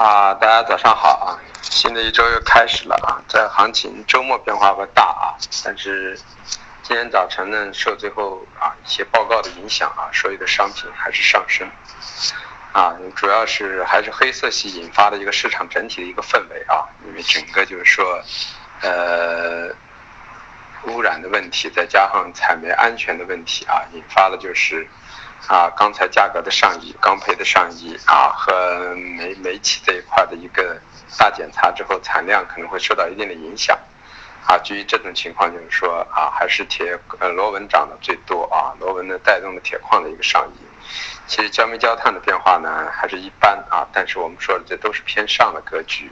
大家早上好啊！新的一周又开始了啊！这行情周末变化不大啊，但是今天早晨呢，受最后一些报告的影响啊，所有的商品还是上升啊，主要是还是黑色系引发的一个市场整体的一个氛围啊，因为整个就是说污染的问题，再加上采煤安全的问题啊，引发了就是钢材价格的上移，钢坯的上移和煤气这一块的一个大检查之后，产量可能会受到一定的影响基于这种情况，就是说还是螺纹涨得最多螺纹呢带动了铁矿的一个上移。其实焦煤焦炭的变化呢还是一般但是我们说的这都是偏上的格局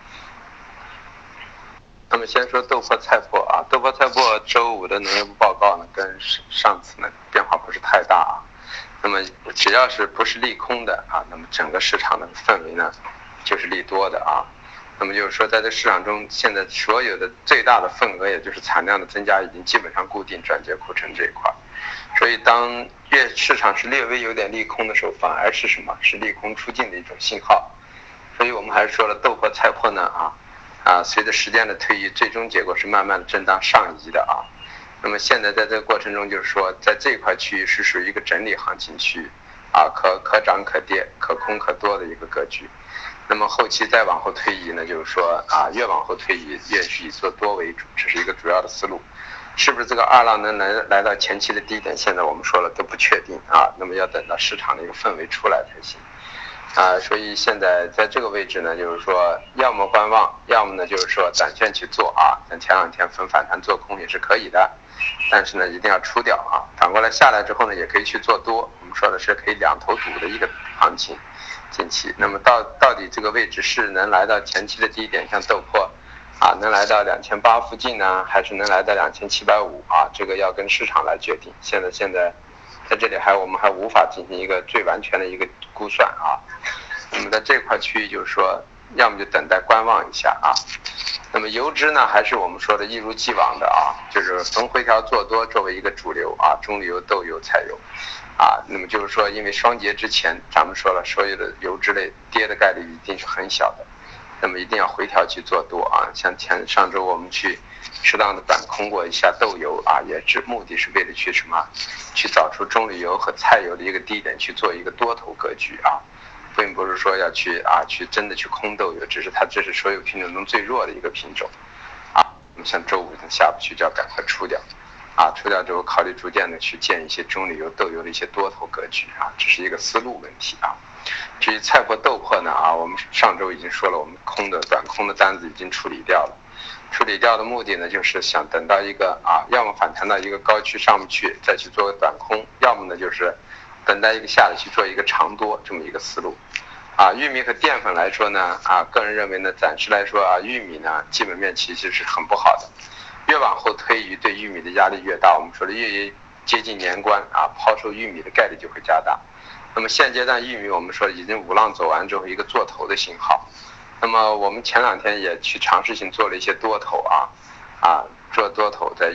那么先说豆粕菜粕豆粕菜粕周五的农业部报告呢跟上次呢变化不是太大那么只要是不是利空的那么整个市场的氛围呢就是利多的那么就是说在这市场中现在所有的最大的份额也就是产量的增加已经基本上固定转结库存这一块，所以当市场是略微有点利空的时候，反而是什么？是利空出尽的一种信号。所以我们还是说了豆粕菜粕呢随着时间的推移，最终结果是慢慢的震荡上移的那么现在在这个过程中，就是说在这一块区域是属于一个整理行情区域可涨可跌，可空可多的一个格局。那么后期再往后推移呢，就是说越往后推移越是以做多为主，这是一个主要的思路。是不是这个二浪能来到前期的低点？现在我们说了都不确定那么要等到市场的一个氛围出来才行所以现在在这个位置呢，就是说要么观望，要么呢就是说短线去做像前两天分反弹做空也是可以的，但是呢一定要出掉反过来下来之后呢，也可以去做多。我们说的是可以两头堵的一个行情近期。那么到底这个位置是能来到前期的低点，像豆粕能来到2800附近呢，还是能来到2750这个要跟市场来决定。现在在这里我们还无法进行一个最完全的一个估算那么在这块区域就是说要么就等待观望一下那么油脂呢还是我们说的一如既往的就是逢回调做多作为一个主流中榈油、豆油、菜油那么就是说因为双节之前咱们说了所有的油脂类跌的概率一定是很小的，那么一定要回调去做多像上周我们去适当的短空过一下豆油也是目的是为了去什么？去找出中榈油和菜油的一个低点去做一个多头格局并不是说要去真的去空豆油，只是它这是所有品种中最弱的一个品种那么像周五下不去就要赶快出掉出掉之后考虑逐渐的去建一些中榈油、豆油的一些多头格局这是一个思路问题至于菜粕、豆粕呢我们上周已经说了，我们短空的单子已经处理掉了。处理掉的目的呢，就是想等到一个要么反弹到一个高区上不去，再去做个短空，要么呢就是等待一个下来去做一个长多这么一个思路。玉米和淀粉来说呢个人认为呢，暂时来说玉米呢基本面其实是很不好的，越往后推移对玉米的压力越大。我们说的越接近年关抛售玉米的概率就会加大。那么现阶段玉米我们说已经五浪走完之后一个做头的信号。那么我们前两天也去尝试性做了一些多头做多头在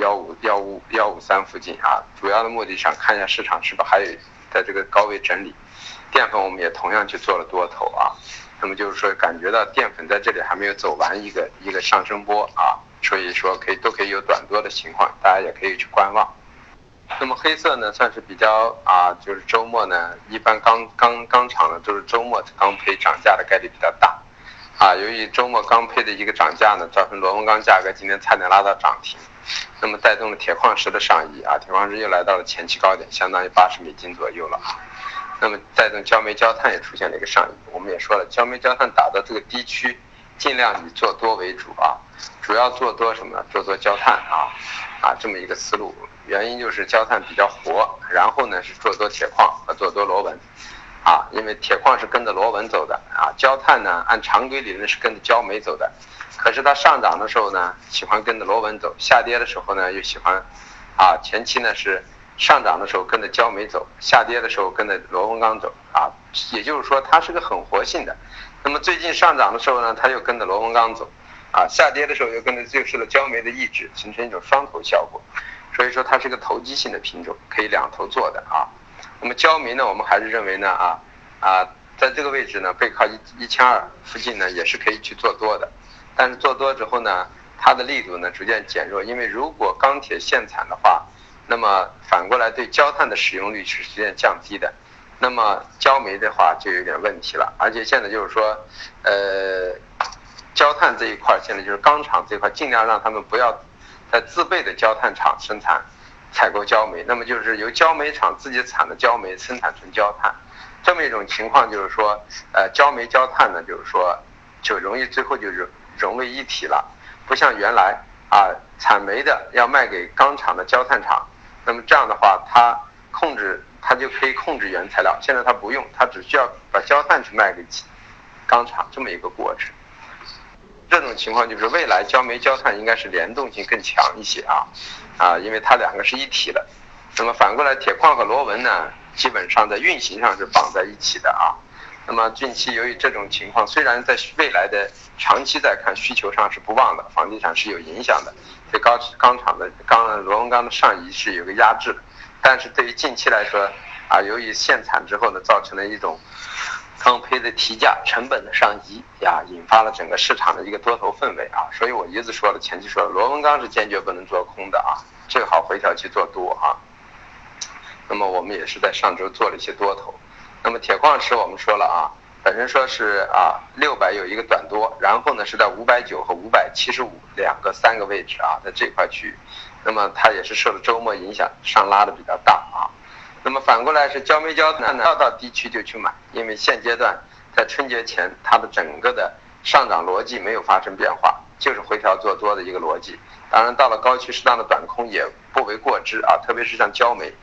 153附近主要的目的上看一下市场是不是还有在这个高位整理。淀粉我们也同样去做了多头那么就是说感觉到淀粉在这里还没有走完一个上升波所以说都可以有短多的情况，大家也可以去观望。那么黑色呢算是比较就是周末呢一般钢厂呢都是周末钢坯涨价的概率比较大由于周末钢坯的一个涨价呢，造成螺纹钢价格今天差点拉到涨停，那么带动了铁矿石的上移铁矿石又来到了前期高点，相当于$80左右了那么带动焦煤焦炭也出现了一个上移。我们也说了，焦煤焦炭打到这个低区，尽量以做多为主主要做多什么呢？做多焦炭这么一个思路。原因就是焦炭比较活，然后呢是做多铁矿和做多螺纹因为铁矿是跟着螺纹走的焦炭呢按常规理论是跟着焦煤走的，可是它上涨的时候呢喜欢跟着螺纹走，下跌的时候呢又喜欢前期呢是上涨的时候跟着焦煤走，下跌的时候跟着螺纹钢走也就是说它是个很活性的。那么最近上涨的时候呢它又跟着螺纹钢走下跌的时候又跟着就是了焦煤的意志，形成一种双头效果。所以说它是个投机性的品种，可以两头做的那么焦煤呢我们还是认为呢在这个位置呢，背靠1200附近呢，也是可以去做多的。但是做多之后呢，它的力度呢逐渐减弱，因为如果钢铁限产的话，那么反过来对焦炭的使用率是逐渐降低的，那么焦煤的话就有点问题了。而且现在就是说，焦炭这一块现在就是钢厂这一块，尽量让他们不要在自备的焦炭厂采购焦煤，那么就是由焦煤厂自己产的焦煤生产成焦炭，这么一种情况就是说，焦煤焦炭呢，就是说就容易最后就是融为一体了，不像原来啊产煤的要卖给钢厂的焦炭厂，那么这样的话它就可以控制原材料，现在它不用，它只需要把焦炭去卖给钢厂，这么一个过程。这种情况就是未来焦煤焦炭应该是联动性更强一些因为它两个是一体的。那么反过来铁矿和螺纹呢，基本上在运行上是绑在一起的那么近期由于这种情况，虽然在未来的长期再看需求上是不旺的，房地产是有影响的，对钢厂的螺纹钢的上移是有个压制的，但是对于近期来说由于限产之后呢，造成了一种钢坯的提价成本的上移引发了整个市场的一个多头氛围所以我一直说了，前期说了，螺纹钢是坚决不能做空的最好回调去做多那么我们也是在上周做了一些多头。那么铁矿石我们说了本身说是600有一个短多，然后呢是在590和5753个位置在这块区域，那么它也是受了周末影响，上拉的比较大那么反过来是焦煤焦炭呢，要到低区就去买，因为现阶段在春节前它的整个的上涨逻辑没有发生变化，就是回调做多的一个逻辑。当然到了高区适当的短空也不为过之特别是像焦煤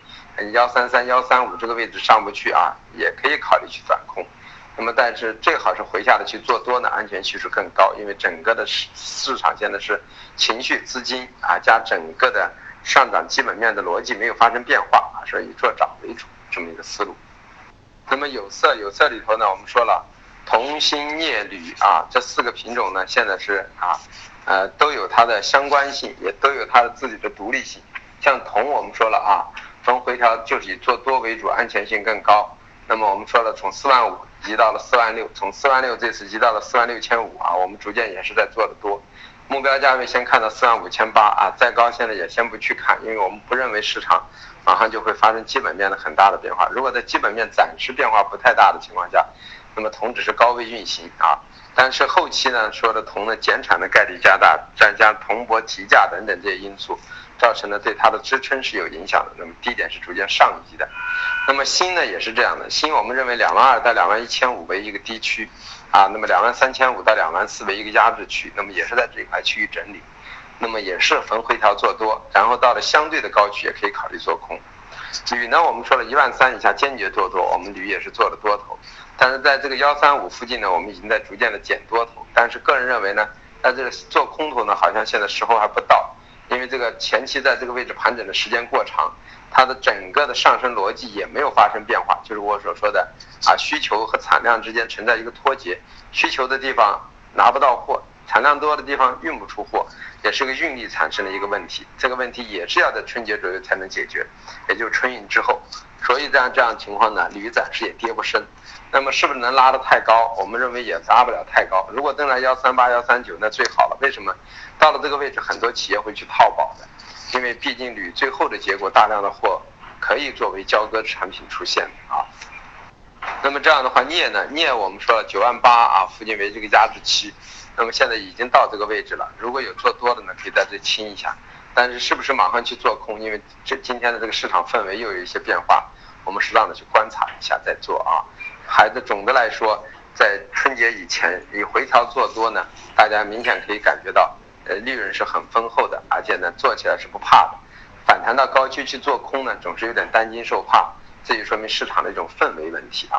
133、135这个位置上不去也可以考虑去转空。那么但是最好是回下的去做多呢，安全系数更高，因为整个的市场现在是情绪资金加整个的上涨基本面的逻辑没有发生变化所以以做涨为主，这么一个思路。那么有色里头呢，我们说了铜、锌、镍、铝这4个品种呢，现在是都有它的相关性，也都有它的自己的独立性。像铜我们说了从回调就是以做多为主，安全性更高。那么我们说了，从45000移到了46000，从46000这次移到了46500我们逐渐也是在做的多。目标价位先看到45800再高现在也先不去看，因为我们不认为市场马上就会发生基本面的很大的变化。如果在基本面暂时变化不太大的情况下，那么铜只是高位运行但是后期呢说的铜的减产的概率加大，再加铜箔提价等等这些因素，造成了对它的支撑是有影响的，那么低点是逐渐上移的。那么锌呢也是这样的，锌我们认为22000到21500为一个低区那么23500到24000为一个压制区，那么也是在这一块区域整理，那么也是逢回调做多，然后到了相对的高区也可以考虑做空。铝呢我们说了13000以下坚决做多，我们铝也是做了多头，但是在这个135附近呢，我们已经在逐渐的减多头，但是个人认为呢，在这个做空头呢，好像现在时候还不到，因为这个前期在这个位置盘整的时间过长，它的整个的上升逻辑也没有发生变化，就是我所说的需求和产量之间存在一个脱节，需求的地方拿不到货，产量多的地方运不出货，也是个运力产生的一个问题，这个问题也是要在春节左右才能解决，也就是春运之后。所以这样情况呢，铝暂时也跌不深。那么是不是能拉得太高？我们认为也拉不了太高。如果登来138、139那最好了。为什么？到了这个位置，很多企业会去套保的，因为毕竟铝最后的结果，大量的货可以作为交割产品出现那么这样的话，镍呢？镍我们说了98000附近为这个压制期，那么现在已经到这个位置了。如果有做多的呢，可以在这清一下。但是是不是马上去做空？因为今天的这个市场氛围又有一些变化，我们适当的去观察一下再做还是总的来说，在春节以前以回调做多呢，大家明显可以感觉到利润是很丰厚的，而且呢做起来是不怕的。反弹到高区去做空呢，总是有点担惊受怕，这就说明市场的一种氛围问题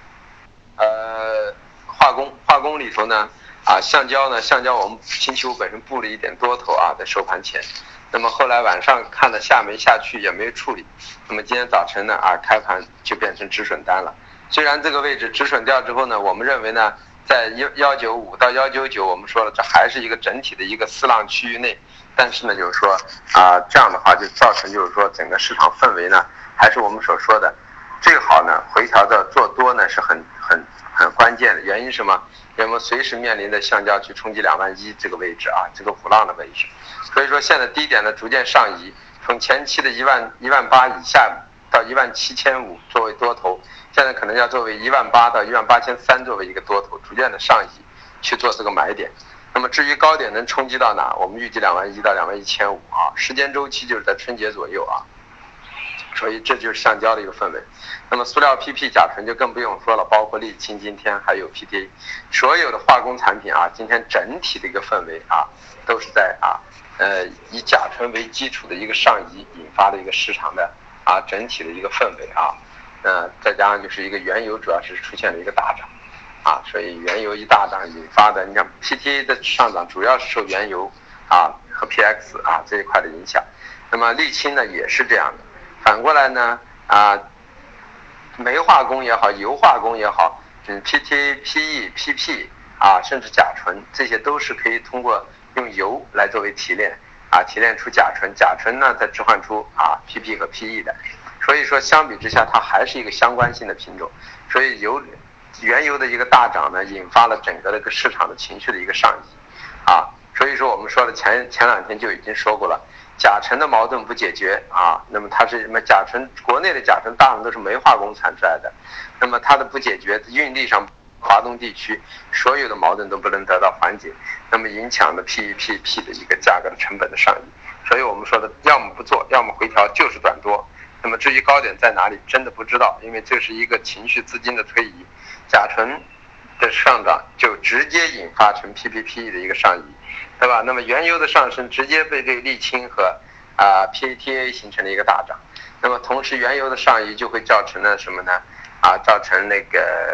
化工里头呢橡胶我们星期五本身布了一点多头在收盘前，那么后来晚上看了下没下去也没有处理，那么今天早晨呢开盘就变成止损单了。虽然这个位置止损掉之后呢，我们认为呢在195到199，我们说了这还是一个整体的一个四浪区域内，但是呢就是说这样的话就造成就是说整个市场氛围呢还是我们所说的最好呢回调的做多呢是很原因是什么？因为我们随时面临的橡胶去冲击21000这个位置啊，这个五浪的位置。所以说现在低点呢逐渐上移，从前期的18000以下到17500作为多头，现在可能要作为18000到18300作为一个多头，逐渐的上移去做这个买点。那么至于高点能冲击到哪，我们预计21000到21500啊，时间周期就是在春节左右啊。所以这就是橡胶的一个氛围。那么塑料 PP 甲醇就更不用说了，包括沥青今天还有 PTA， 所有的化工产品啊，今天整体的一个氛围啊，都是在以甲醇为基础的一个上移引发的一个市场的整体的一个氛围啊。再加上就是一个原油主要是出现了一个大涨啊，所以原油一大涨引发的，你看 PTA 的上涨主要是受原油和 PX 这一块的影响。那么沥青呢也是这样的。反过来呢煤化工也好，油化工也好，PTA、PE、PP 甚至甲醇，这些都是可以通过用油来作为提炼提炼出甲醇，甲醇呢再置换出PP 和 PE 的。所以说相比之下，它还是一个相关性的品种。所以原油的一个大涨呢，引发了整个这个市场的情绪的一个上移所以说我们说了前2天就已经说过了。甲醇的矛盾不解决那么它是什么？甲醇国内的甲醇大部分都是煤化工产出来的，那么它的不解决，运力上华东地区所有的矛盾都不能得到缓解，那么影响了 PEPP 的一个价格的成本的上移。所以我们说的要么不做，要么回调，就是短多。那么至于高点在哪里，真的不知道，因为这是一个情绪资金的推移，甲醇的上涨就直接引发成 PPP 的一个上移，对吧？那么原油的上升直接被这个沥青和PTA 形成了一个大涨，那么同时原油的上移就会造成了什么呢？造成那个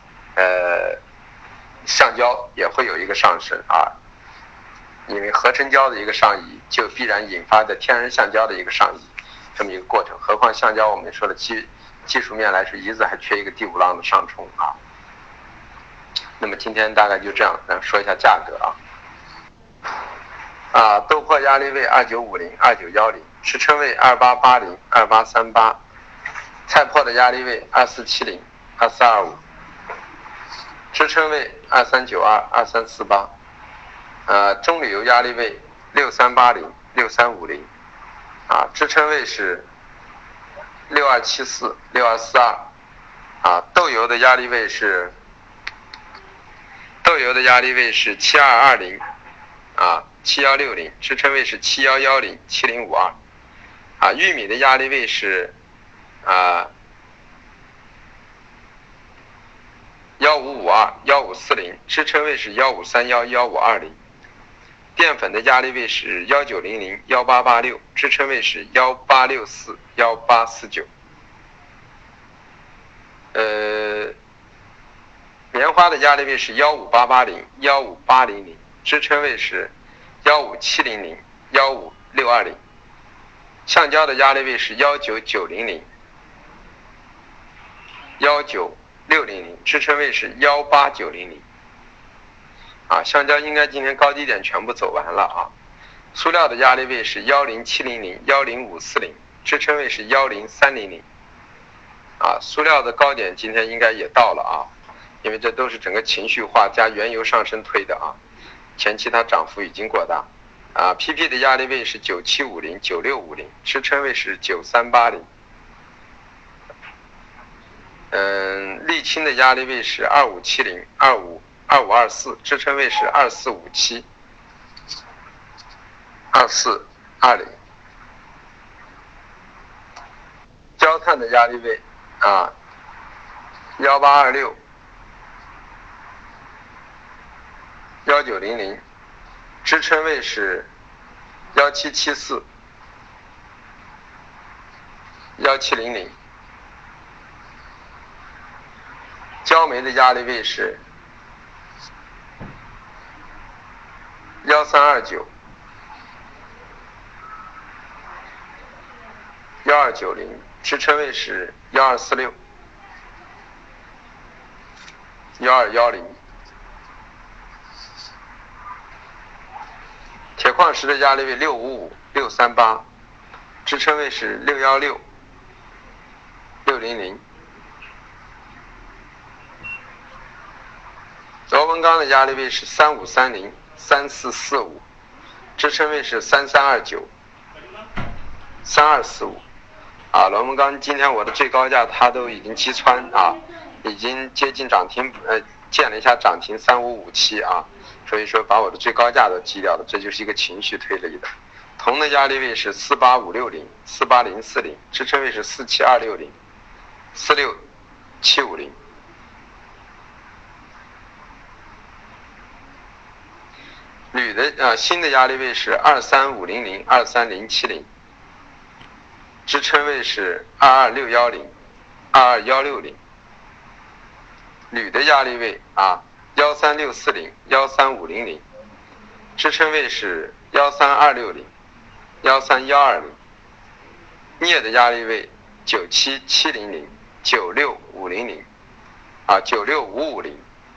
橡胶也会有一个上升因为合成胶的一个上移就必然引发的天然橡胶的一个上移，这么一个过程。何况橡胶我们说了技术面来说，一直还缺一个第5浪的上冲那么今天大概就这样，说一下价格豆粕压力位2950、2910，支撑位2880、2838，菜粕的压力位2470、2425，支撑位2392、2348，中铝油压力位6380、6350，支撑位是6274、6242，豆油的压力位是7220、7160，支撑位是7110、7052，玉米的压力位是1552、1540，支撑位是1531、1520，淀粉的压力位是1900、1886，支撑位是1864、1849。棉花的压力位是15880、15800，支撑位是15700、15620。橡胶的压力位是19900、19600，支撑位是18900。橡胶应该今天高低点全部走完了塑料的压力位是10700、10540，支撑位是10300。塑料的高点今天应该也到了因为这都是整个情绪化加原油上升推的前期它涨幅已经过大PP 的压力位是9750、9650，支撑位是9380。沥青的压力位是2570、2524，支撑位是2457、2420。焦炭的压力位1826、1900，支撑位是1774、1700。焦煤的压力位是1329、1290，支撑位是1246、1210。铁矿石的压力位655、638，支撑位是616、600。 文钢的压力位是3530、3445，支撑位是3329、3245。啊，螺纹钢今天我的最高价它都已经击穿啊，已经接近涨停，见了一下涨停3557啊，所以说把我的最高价都击掉了，这就是一个情绪推理的。铜的压力位是48560、48040，支撑位是47260、46750。铝的新的压力位是23500、23070，支撑位是22610、22160。铝的压力位13640、13500，支撑位是13260、13120。镍的压力位97700、96500，96550。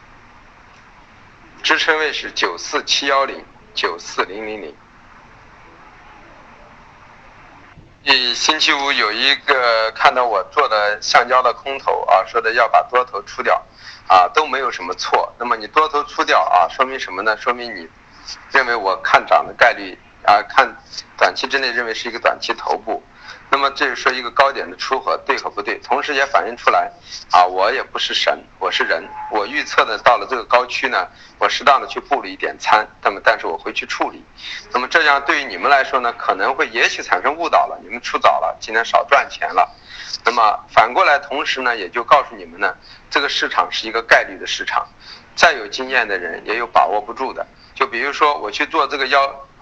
支撑位是94710、94000。星期五有一个看到我做的橡胶的空头说的要把多头出掉都没有什么错。那么你多头出掉说明什么呢？说明你认为我看涨的概率看短期之内认为是一个短期头部。那么这是说一个高点的出和对和不对，同时也反映出来我也不是神，我是人，我预测的到了这个高区呢，我适当的去布了一点仓，但是我会去处理。那么这样对于你们来说呢，可能会也许产生误导了，你们出早了，今天少赚钱了。那么反过来，同时呢，也就告诉你们呢，这个市场是一个概率的市场，再有经验的人也有把握不住的。就比如说我去做这个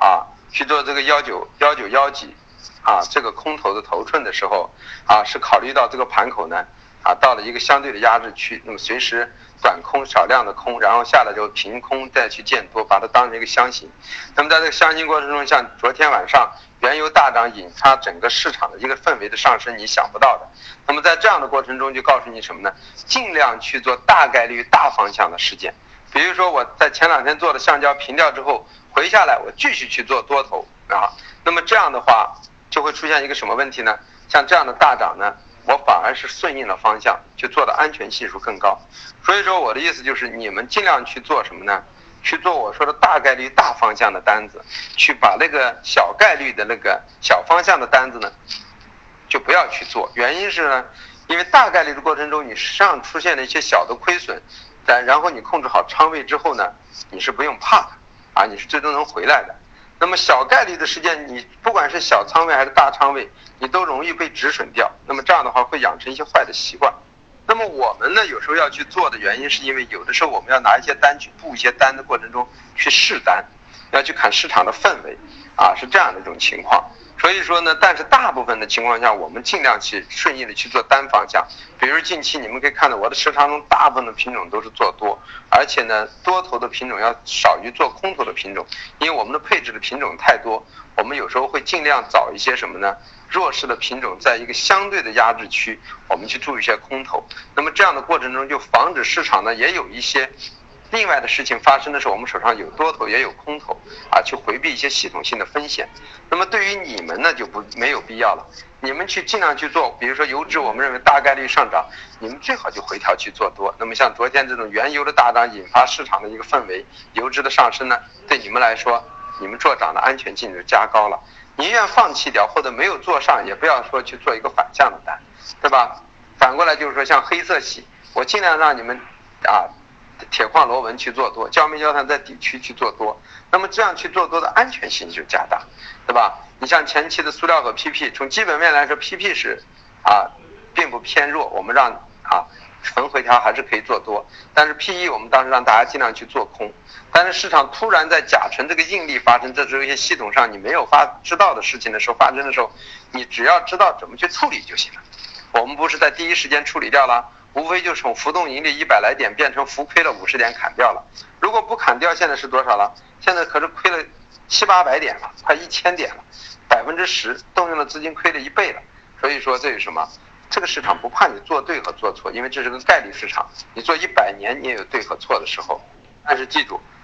19几这个空头的头寸的时候是考虑到这个盘口呢到了一个相对的压制区，那么随时短空少量的空，然后下来之后平空再去见多，把它当成一个箱型。那么在这个箱型过程中，像昨天晚上原油大涨引发整个市场的一个氛围的上升，你想不到的。那么在这样的过程中就告诉你什么呢？尽量去做大概率大方向的事件。比如说我在前2天做的橡胶平掉之后回下来，我继续去做多头那么这样的话就会出现一个什么问题呢？像这样的大涨呢，我反而是顺应了方向，就做的安全系数更高。所以说我的意思就是你们尽量去做什么呢？去做我说的大概率大方向的单子，去把那个小概率的那个小方向的单子呢就不要去做。原因是呢，因为大概率的过程中你实际上出现了一些小的亏损，然后你控制好仓位之后呢，你是不用怕的你是最终能回来的。那么小概率的事件，你不管是小仓位还是大仓位，你都容易被止损掉。那么这样的话会养成一些坏的习惯。那么我们呢，有时候要去做的原因，是因为有的时候我们要拿一些单去布一些单的过程中去试单，要去看市场的氛围是这样的一种情况。所以说呢，但是大部分的情况下，我们尽量去顺应的去做单方向。比如近期你们可以看到我的市场中大部分的品种都是做多，而且呢多头的品种要少于做空头的品种，因为我们的配置的品种太多，我们有时候会尽量找一些什么呢？弱势的品种在一个相对的压制区，我们去做一些空头。那么这样的过程中就防止市场呢也有一些另外的事情发生的时候，我们手上有多头也有空头去回避一些系统性的风险。那么对于你们呢就没有必要了，你们去尽量去做，比如说油脂我们认为大概率上涨，你们最好就回调去做多。那么像昨天这种原油的大涨引发市场的一个氛围，油脂的上升呢，对你们来说你们做涨的安全性就加高了。宁愿放弃掉或者没有做上，也不要说去做一个反向的单，对吧？反过来就是说像黑色系，我尽量让你们铁矿螺纹去做多，焦煤焦炭在底区去做多，那么这样去做多的安全性就加大，对吧？你像前期的塑料和 PP， 从基本面来说 PP 是并不偏弱，我们让逢回调还是可以做多，但是 PE 我们当时让大家尽量去做空。但是市场突然在甲醇这个应力发生，这是一些系统上你没有知道的事情的时候发生的时候，你只要知道怎么去处理就行了。我们不是在第一时间处理掉了，无非就从浮动盈利100来点变成浮亏了50点砍掉了。如果不砍掉，现在是多少了？现在可是亏了700-800点了，快1000点了，10%动用的资金亏了1倍了。所以说这是什么？这个市场不怕你做对和做错，因为这是个概率市场，你做100年你也有对和错的时候。但是记住，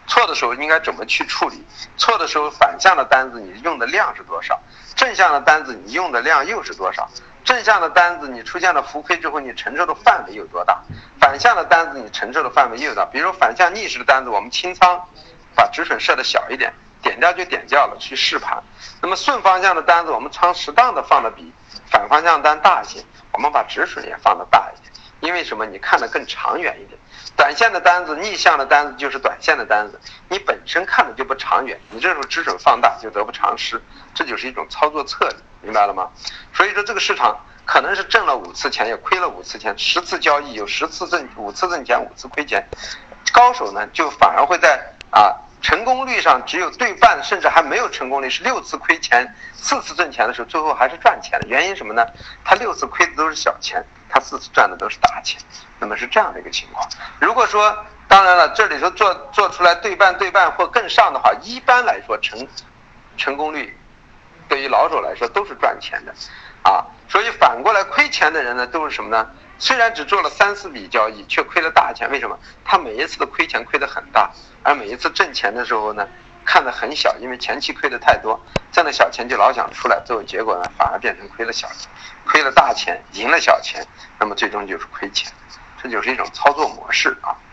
错的时候应该怎么去处理，错的时候反向的单子你用的量是多少，正向的单子你用的量又是多少，正向的单子你出现了浮亏之后你承受的范围有多大，反向的单子你承受的范围又有多大。比如反向逆势的单子我们清仓，把止损设的小一点，点掉就点掉了，去试盘。那么顺方向的单子我们仓适当的放的比反方向单大一些，我们把止损也放的大一点。因为什么？你看得更长远一点。短线的单子逆向的单子就是短线的单子，你本身看的就不长远，你这时候止损放大就得不偿失，这就是一种操作策略，明白了吗？所以说这个市场可能是挣了5次钱也亏了5次钱，10次交易有10次挣5次挣钱5次亏钱，高手呢就反而会在成功率上只有对半甚至还没有成功率，是6次亏钱4次挣钱的时候最后还是赚钱的。原因什么呢？他6次亏的都是小钱，他4次赚的都是大钱，那么是这样的一个情况。如果说当然了这里头做出来对半或更上的话，一般来说成功率对于老手来说都是赚钱的所以反过来亏钱的人呢都是什么呢？虽然只做了3、4笔交易却亏了大钱，为什么？他每一次的亏钱亏得很大，而每一次挣钱的时候呢看得很小，因为前期亏得太多，挣了小钱就老想出来，最后结果呢反而变成亏了小钱，亏了大钱赢了小钱，那么最终就是亏钱，这就是一种操作模式